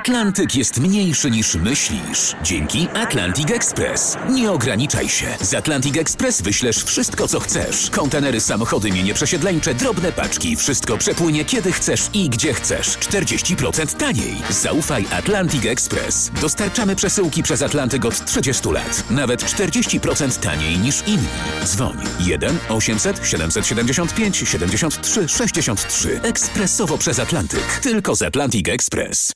Atlantyk jest mniejszy niż myślisz. Dzięki Atlantic Express. Nie ograniczaj się. Z Atlantic Express wyślesz wszystko, co chcesz. Kontenery, samochody, mienie przesiedleńcze, drobne paczki. Wszystko przepłynie kiedy chcesz i gdzie chcesz. 40% taniej. Zaufaj Atlantic Express. Dostarczamy przesyłki przez Atlantyk od 30 lat. Nawet 40% taniej niż inni. Dzwoń 1-800-775-73-63. Ekspresowo przez Atlantyk. Tylko z Atlantic Express.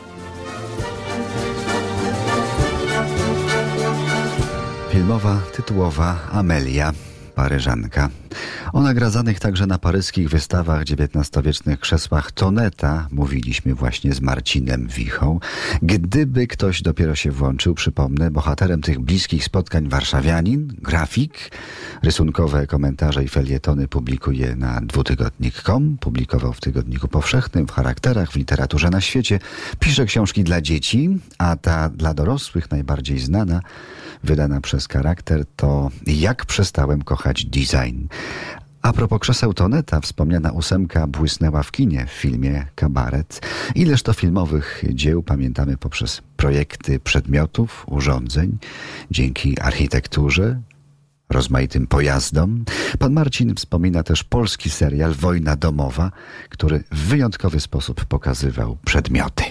Filmowa, tytułowa Amelia, Paryżanka. O nagradzanych także na paryskich wystawach XIX-wiecznych krzesłach Toneta mówiliśmy właśnie z Marcinem Wichą. Gdyby ktoś dopiero się włączył, przypomnę, bohaterem tych bliskich spotkań warszawianin, grafik, rysunkowe komentarze i felietony publikuje na dwutygodnik.com, publikował w Tygodniku Powszechnym, w Charakterach, w Literaturze na świecie, pisze książki dla dzieci, a ta dla dorosłych najbardziej znana, wydana przez Charakter, to Jak przestałem kochać design. A propos krzeseł Toneta, wspomniana 8 błysnęła w kinie w filmie Kabaret. Ileż to filmowych dzieł pamiętamy poprzez projekty przedmiotów, urządzeń, dzięki architekturze, rozmaitym pojazdom. Pan Marcin wspomina też polski serial Wojna domowa, który w wyjątkowy sposób pokazywał przedmioty.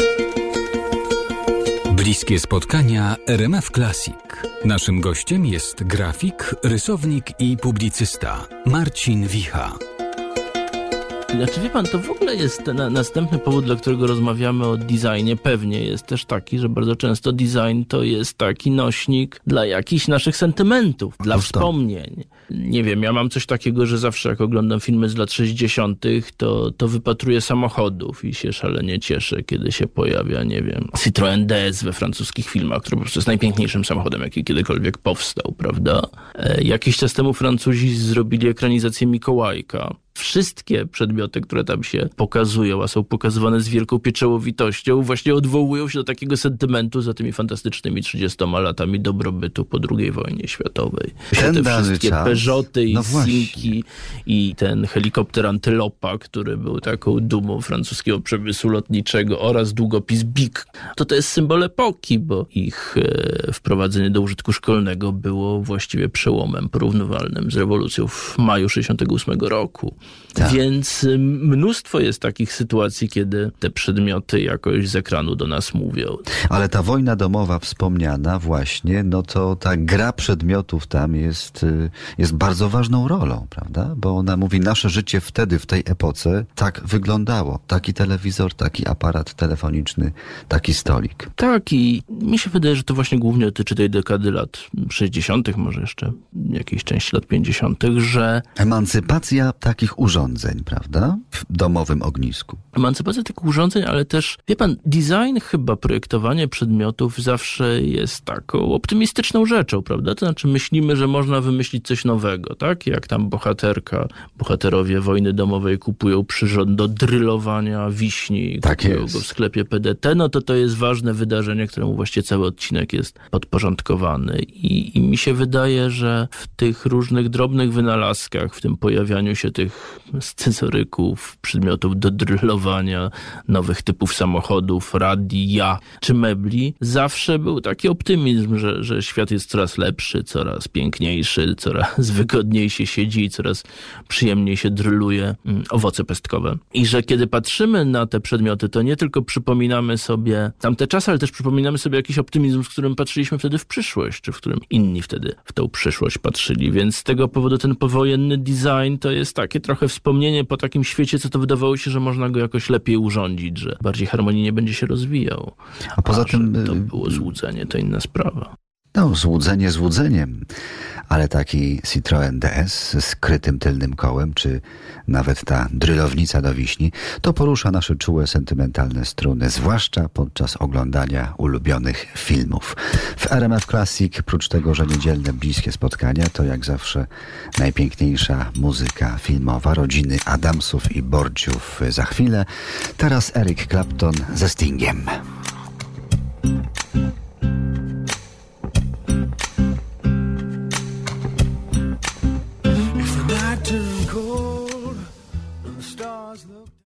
Bliskie spotkania RMF Classic. Naszym gościem jest grafik, rysownik i publicysta Marcin Wicha. Znaczy, wie pan, to w ogóle jest następny powód, dla którego rozmawiamy o designie. Pewnie jest też taki, że bardzo często design to jest taki nośnik dla jakichś naszych sentymentów, dla wspomnień. Nie wiem, ja mam coś takiego, że zawsze jak oglądam filmy z lat 60., to wypatruję samochodów i się szalenie cieszę, kiedy się pojawia, nie wiem, Citroën DS we francuskich filmach, który po prostu jest najpiękniejszym samochodem, jaki kiedykolwiek powstał, prawda? Jakiś czas temu Francuzi zrobili ekranizację Mikołajka. Wszystkie przedmioty, które tam się pokazują, a są pokazywane z wielką pieczołowitością, właśnie odwołują się do takiego sentymentu za tymi fantastycznymi 30 latami dobrobytu po II wojnie światowej. Te wszystkie Peugeoty i Simki i ten helikopter Antylopa, który był taką dumą francuskiego przemysłu lotniczego, oraz długopis BIC. To jest symbol epoki, bo ich wprowadzenie do użytku szkolnego było właściwie przełomem porównywalnym z rewolucją w maju 68 roku. Tak. Więc mnóstwo jest takich sytuacji, kiedy te przedmioty jakoś z ekranu do nas mówią. Ale ta wojna domowa wspomniana właśnie, no to ta gra przedmiotów tam jest bardzo ważną rolą, prawda? Bo ona mówi, nasze życie wtedy, w tej epoce tak wyglądało. Taki telewizor, taki aparat telefoniczny, taki stolik. Tak, i mi się wydaje, że to właśnie głównie dotyczy tej dekady lat 60., może jeszcze jakiejś części lat 50., że... Emancypacja takich urządzeń, prawda? W domowym ognisku. Emancypacja tych urządzeń, ale też, wie pan, design, chyba projektowanie przedmiotów zawsze jest taką optymistyczną rzeczą, prawda? To znaczy myślimy, że można wymyślić coś nowego, tak? Jak tam bohaterowie wojny domowej kupują przyrząd do drylowania wiśni, tak kupują jest. go w sklepie PDT, no to jest ważne wydarzenie, któremu właściwie cały odcinek jest podporządkowany. I mi się wydaje, że w tych różnych drobnych wynalazkach, w tym pojawianiu się tych scyzoryków, przedmiotów do drylowania, nowych typów samochodów, radia czy mebli, zawsze był taki optymizm, że świat jest coraz lepszy, coraz piękniejszy, coraz wygodniej się siedzi i coraz przyjemniej się dryluje owoce pestkowe. I że kiedy patrzymy na te przedmioty, to nie tylko przypominamy sobie tamte czasy, ale też przypominamy sobie jakiś optymizm, z którym patrzyliśmy wtedy w przyszłość, czy w którym inni wtedy w tą przyszłość patrzyli. Więc z tego powodu ten powojenny design to jest takie trochę wspomnienie po takim świecie, co to wydawało się, że można go jakoś lepiej urządzić, że bardziej harmonijnie będzie się rozwijał. A poza tym... to było złudzenie, to inna sprawa. No, złudzenie złudzeniem, ale taki Citroën DS z skrytym tylnym kołem, czy nawet ta drylownica do wiśni, to porusza nasze czułe, sentymentalne struny, zwłaszcza podczas oglądania ulubionych filmów. W RMF Classic, prócz tego, że niedzielne bliskie spotkania, to jak zawsze najpiękniejsza muzyka filmowa, rodziny Adamsów i Borciów za chwilę. Teraz Eric Clapton ze Stingiem.